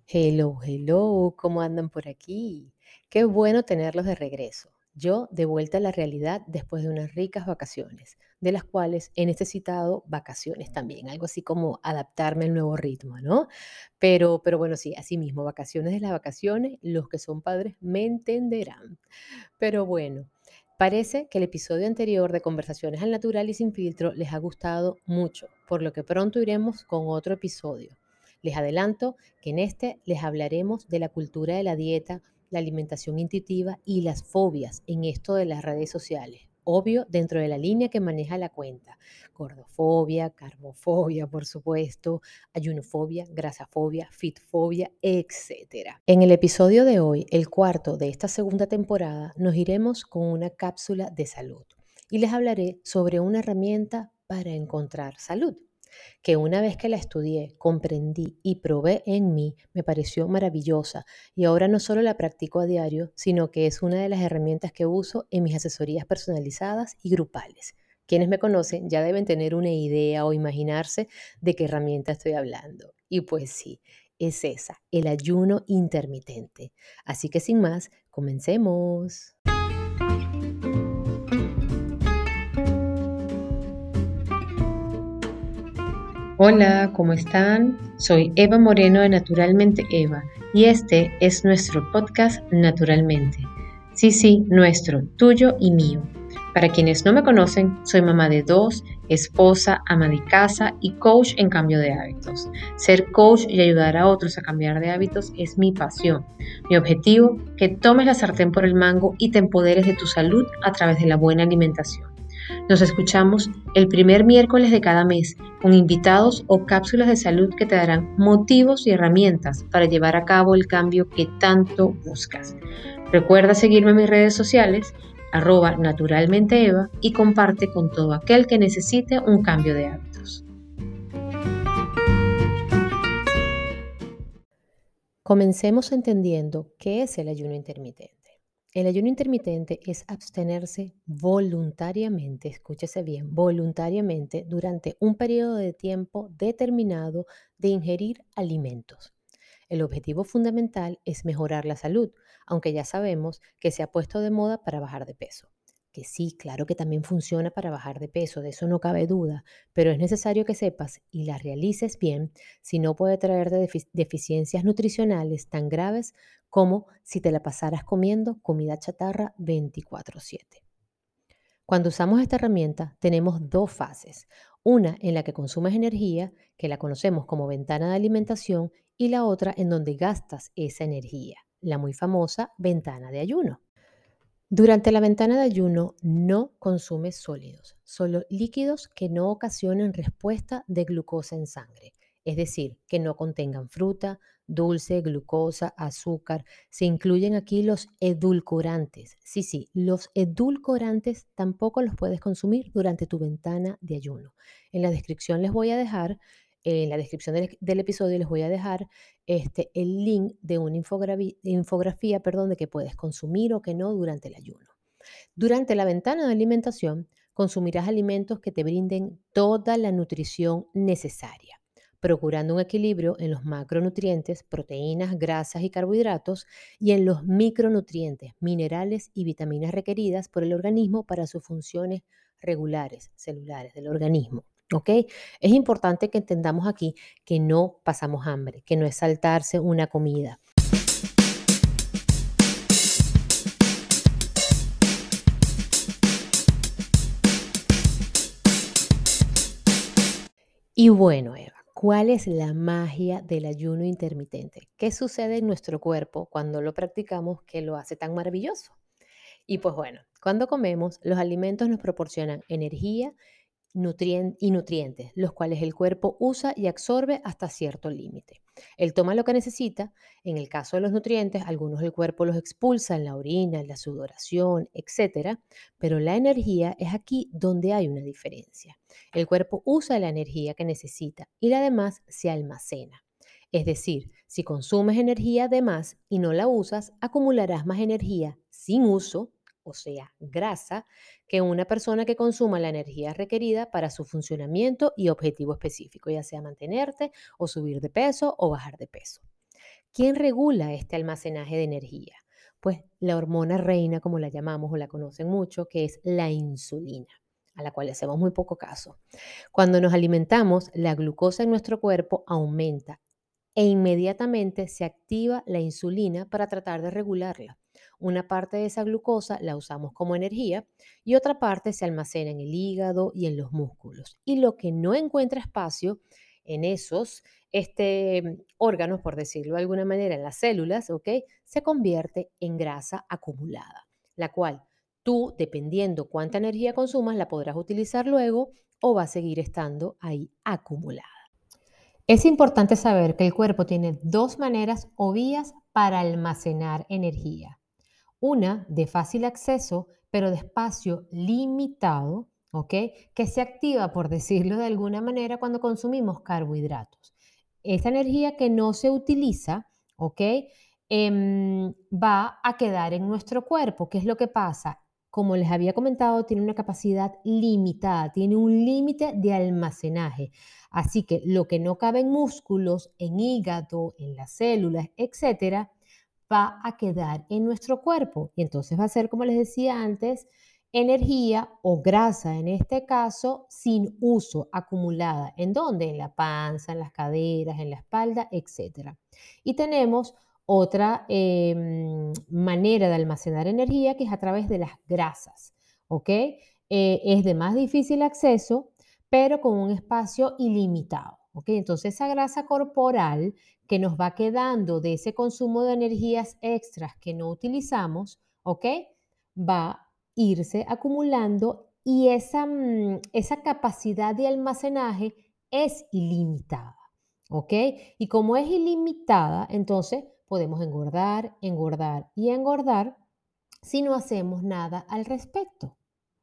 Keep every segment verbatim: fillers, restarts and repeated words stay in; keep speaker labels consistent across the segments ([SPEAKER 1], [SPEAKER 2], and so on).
[SPEAKER 1] Hello, hello, ¿cómo andan por aquí? Qué bueno tenerlos de regreso. Yo de vuelta a la realidad después de unas ricas vacaciones, de las cuales he necesitado vacaciones también, algo así como adaptarme al nuevo ritmo, ¿no? Pero, pero bueno, sí, así mismo, vacaciones de las vacaciones, los que son padres me entenderán. Pero bueno, parece que el episodio anterior de Conversaciones al Natural y sin filtro les ha gustado mucho, por lo que pronto iremos con otro episodio. Les adelanto que en este les hablaremos de la cultura de la dieta, la alimentación intuitiva y las fobias en esto de las redes sociales. Obvio, dentro de la línea que maneja la cuenta. Gordofobia, carbofobia, por supuesto, ayunofobia, grasafobia, fitfobia, etcétera. En el episodio de hoy, el cuarto de esta segunda temporada, nos iremos con una cápsula de salud y les hablaré sobre una herramienta para encontrar salud, que una vez que la estudié, comprendí y probé en mí, me pareció maravillosa y ahora no solo la practico a diario, sino que es una de las herramientas que uso en mis asesorías personalizadas y grupales. Quienes me conocen ya deben tener una idea o imaginarse de qué herramienta estoy hablando. Y pues sí, es esa, el ayuno intermitente. Así que sin más, comencemos. Hola, ¿cómo están? Soy Eva Moreno de Naturalmente Eva y este es nuestro podcast Naturalmente. Sí, sí, nuestro, tuyo y mío. Para quienes no me conocen, soy mamá de dos, esposa, ama de casa y coach en cambio de hábitos. Ser coach y ayudar a otros a cambiar de hábitos es mi pasión. Mi objetivo, que tomes la sartén por el mango y te empoderes de tu salud a través de la buena alimentación. Nos escuchamos el primer miércoles de cada mes con invitados o cápsulas de salud que te darán motivos y herramientas para llevar a cabo el cambio que tanto buscas. Recuerda seguirme en mis redes sociales, arroba naturalmenteeva y comparte con todo aquel que necesite un cambio de hábitos. Comencemos entendiendo qué es el ayuno intermitente. El ayuno intermitente es abstenerse voluntariamente, escúchese bien, voluntariamente durante un periodo de tiempo determinado de ingerir alimentos. El objetivo fundamental es mejorar la salud, aunque ya sabemos que se ha puesto de moda para bajar de peso. Que sí, claro que también funciona para bajar de peso, de eso no cabe duda, pero es necesario que sepas y la realices bien, si no puede traerte defi- deficiencias nutricionales tan graves como si te la pasaras comiendo comida chatarra veinticuatro siete. Cuando usamos esta herramienta tenemos dos fases, una en la que consumes energía, que la conocemos como ventana de alimentación, y la otra en donde gastas esa energía, la muy famosa ventana de ayuno. Durante la ventana de ayuno no consumes sólidos, solo líquidos que no ocasionen respuesta de glucosa en sangre, es decir, que no contengan fruta, dulce, glucosa, azúcar. Se incluyen aquí los edulcorantes. Sí, sí, los edulcorantes tampoco los puedes consumir durante tu ventana de ayuno. En la descripción les voy a dejar, en la descripción del, del episodio les voy a dejar este, el link de una infografi- infografía, perdón, de que puedes consumir o que no durante el ayuno. Durante la ventana de alimentación, consumirás alimentos que te brinden toda la nutrición necesaria, procurando un equilibrio en los macronutrientes, proteínas, grasas y carbohidratos, y en los micronutrientes, minerales y vitaminas requeridas por el organismo para sus funciones regulares, celulares del organismo. ¿Ok? Es importante que entendamos aquí que no pasamos hambre, que no es saltarse una comida. Y bueno, Eva, ¿cuál es la magia del ayuno intermitente? ¿Qué sucede en nuestro cuerpo cuando lo practicamos que lo hace tan maravilloso? Y pues bueno, cuando comemos, los alimentos nos proporcionan energía nutrien- y nutrientes, los cuales el cuerpo usa y absorbe hasta cierto límite. Él toma lo que necesita, en el caso de los nutrientes, algunos el cuerpo los expulsa en la orina, en la sudoración, etcétera, pero la energía es aquí donde hay una diferencia. El cuerpo usa la energía que necesita y la demás se almacena. Es decir, si consumes energía de más y no la usas, acumularás más energía sin uso, o sea, grasa, que una persona que consuma la energía requerida para su funcionamiento y objetivo específico, ya sea mantenerte o subir de peso o bajar de peso. ¿Quién regula este almacenaje de energía? Pues la hormona reina, como la llamamos o la conocen mucho, que es la insulina, a la cual le hacemos muy poco caso. Cuando nos alimentamos, la glucosa en nuestro cuerpo aumenta e inmediatamente se activa la insulina para tratar de regularla. Una parte de esa glucosa la usamos como energía y otra parte se almacena en el hígado y en los músculos. Y lo que no encuentra espacio en esos este, órganos, por decirlo de alguna manera, en las células, ¿ok? Se convierte en grasa acumulada, la cual tú, dependiendo cuánta energía consumas, la podrás utilizar luego o va a seguir estando ahí acumulada. Es importante saber que el cuerpo tiene dos maneras o vías para almacenar energía. Una de fácil acceso, pero de espacio limitado, ¿ok? Que se activa, por decirlo de alguna manera, cuando consumimos carbohidratos. Esta energía que no se utiliza, ¿ok? Em, va a quedar en nuestro cuerpo. ¿Qué es lo que pasa? Como les había comentado, tiene una capacidad limitada, tiene un límite de almacenaje. Así que lo que no cabe en músculos, en hígado, en las células, etcétera, va a quedar en nuestro cuerpo. Y entonces va a ser, como les decía antes, energía o grasa, en este caso, sin uso, acumulada. ¿En dónde? En la panza, en las caderas, en la espalda, etcétera. Y tenemos otra eh, manera de almacenar energía que es a través de las grasas, ¿ok? Eh, es de más difícil acceso, pero con un espacio ilimitado, ¿ok? Entonces esa grasa corporal que nos va quedando de ese consumo de energías extras que no utilizamos, ¿ok? Va a irse acumulando y esa, mm, esa capacidad de almacenaje es ilimitada, ¿ok? Y como es ilimitada, entonces podemos engordar, engordar y engordar si no hacemos nada al respecto.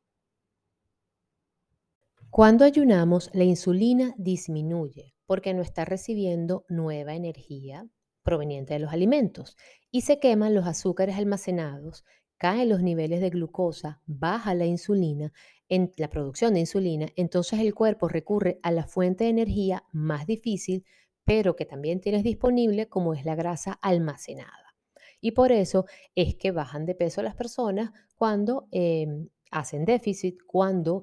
[SPEAKER 1] Cuando ayunamos, la insulina disminuye porque no está recibiendo nueva energía proveniente de los alimentos y se queman los azúcares almacenados, caen los niveles de glucosa, baja la insulina, en la producción de insulina, entonces el cuerpo recurre a la fuente de energía más difícil, pero que también tienes disponible, como es la grasa almacenada. Y por eso es que bajan de peso las personas cuando em, hacen déficit, cuando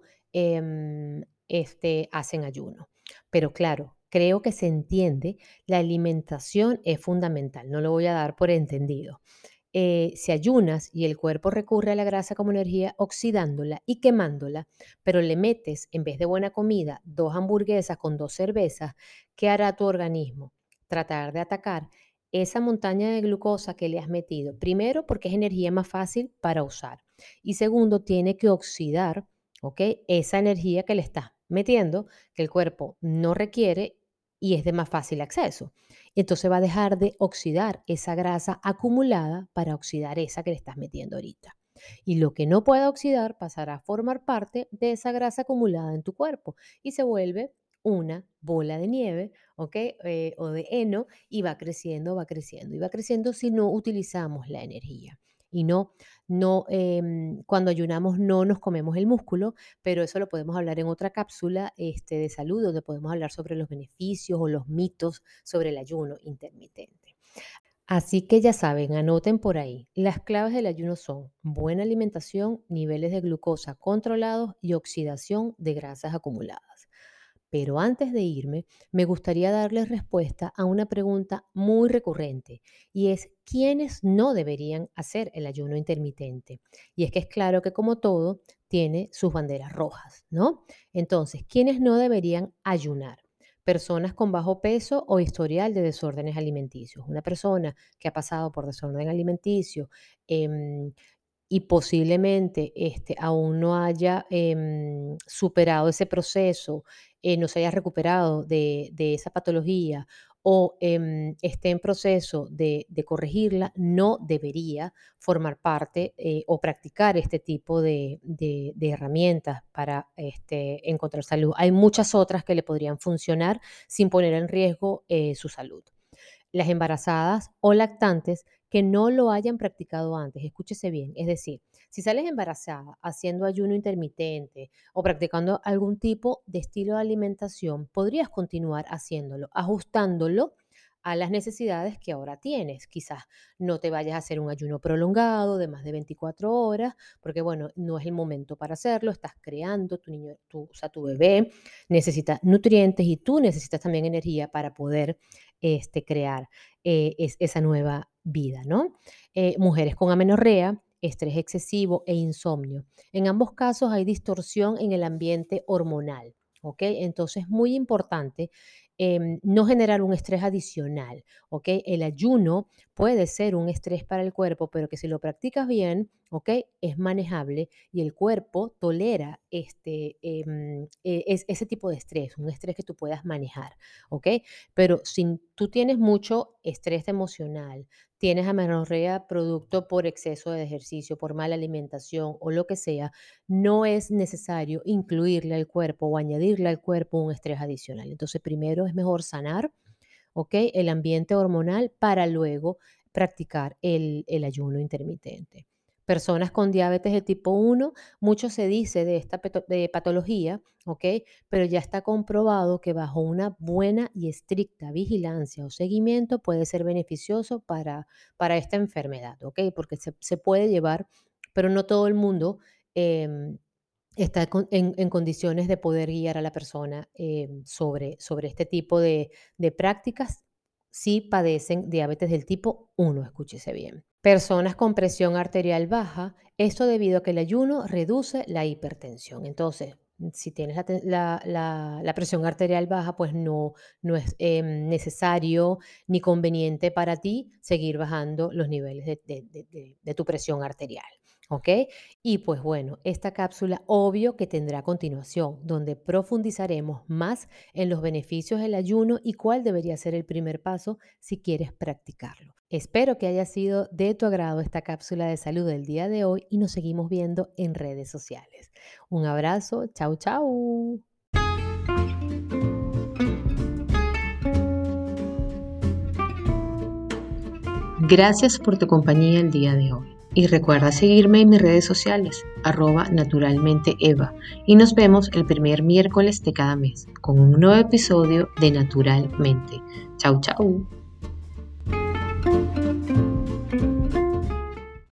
[SPEAKER 1] em, este, hacen ayuno. Pero claro, creo que se entiende, la alimentación es fundamental, no lo voy a dar por entendido. Eh, si ayunas y el cuerpo recurre a la grasa como energía oxidándola y quemándola, pero le metes en vez de buena comida dos hamburguesas con dos cervezas, ¿qué hará tu organismo? Tratar de atacar esa montaña de glucosa que le has metido. Primero, porque es energía más fácil para usar. Y segundo, tiene que oxidar, ¿ok? Esa energía que le estás metiendo, que el cuerpo no requiere y es de más fácil acceso. Entonces va a dejar de oxidar esa grasa acumulada para oxidar esa que le estás metiendo ahorita. Y lo que no pueda oxidar pasará a formar parte de esa grasa acumulada en tu cuerpo y se vuelve una bola de nieve, ¿ok? Eh, o de heno y va creciendo, va creciendo y va creciendo si no utilizamos la energía. Y no, no, em, cuando ayunamos no nos comemos el músculo, pero eso lo podemos hablar en otra cápsula este, de salud, donde podemos hablar sobre los beneficios o los mitos sobre el ayuno intermitente. Así que ya saben, anoten por ahí. Las claves del ayuno son buena alimentación, niveles de glucosa controlados y oxidación de grasas acumuladas. Pero antes de irme, me gustaría darles respuesta a una pregunta muy recurrente y es ¿quiénes no deberían hacer el ayuno intermitente? Y es que es claro que como todo, tiene sus banderas rojas, ¿no? Entonces, ¿quiénes no deberían ayunar? Personas con bajo peso o historial de desórdenes alimenticios. Una persona que ha pasado por desorden alimenticio, em, y posiblemente este, aún no haya em, superado ese proceso, eh, no se haya recuperado de, de esa patología o em, esté en proceso de, de corregirla, no debería formar parte eh, o practicar este tipo de, de- de herramientas para este, encontrar salud. Hay muchas otras que le podrían funcionar sin poner en riesgo eh, su salud. Las embarazadas o lactantes que no lo hayan practicado antes, escúchese bien, es decir, si sales embarazada haciendo ayuno intermitente o practicando algún tipo de estilo de alimentación, podrías continuar haciéndolo, ajustándolo a las necesidades que ahora tienes. Quizás no te vayas a hacer un ayuno prolongado de más de veinticuatro horas, porque bueno, no es el momento para hacerlo, estás creando, tu niño, tu, o sea, tu bebé necesita nutrientes y tú necesitas también energía para poder este, crear eh, es, esa nueva vida, ¿no? Eh, mujeres con amenorrea, estrés excesivo e insomnio. En ambos casos hay distorsión en el ambiente hormonal, ¿ok? Entonces es muy importante em, no generar un estrés adicional, ¿ok? El ayuno puede ser un estrés para el cuerpo, pero que si lo practicas bien, ¿ok? Es manejable y el cuerpo tolera este, em, e- es, ese tipo de estrés, un estrés que tú puedas manejar, ¿ok? Pero si tú tienes mucho estrés emocional, tienes amenorrea producto por exceso de ejercicio, por mala alimentación o lo que sea, no es necesario incluirle al cuerpo o añadirle al cuerpo un estrés adicional. Entonces, primero es mejor sanar, ¿ok? El ambiente hormonal para luego practicar el, el ayuno intermitente. Personas con diabetes de tipo uno, mucho se dice de esta peto- de patología, ¿ok? Pero ya está comprobado que bajo una buena y estricta vigilancia o seguimiento puede ser beneficioso para, para esta enfermedad, ¿ok? Porque se, se puede llevar, pero no todo el mundo em, está con- en, en condiciones de poder guiar a la persona em, sobre, sobre este tipo de, de prácticas si padecen diabetes del tipo uno, escúchese bien. Personas con presión arterial baja, esto debido a que el ayuno reduce la hipertensión. Entonces, si tienes la, te- la- la- la presión arterial baja, pues no, no es em, necesario ni conveniente para ti seguir bajando los niveles de, de- de- de- de tu presión arterial. ¿Ok? Y pues bueno, esta cápsula obvio que tendrá continuación, donde profundizaremos más en los beneficios del ayuno y cuál debería ser el primer paso si quieres practicarlo. Espero que haya sido de tu agrado esta cápsula de salud del día de hoy y nos seguimos viendo en redes sociales. Un abrazo, chau, chau. Gracias por tu compañía el día de hoy. Y recuerda seguirme en mis redes sociales, arroba naturalmente Eva. Y nos vemos el primer miércoles de cada mes con un nuevo episodio de Naturalmente. Chau, chau.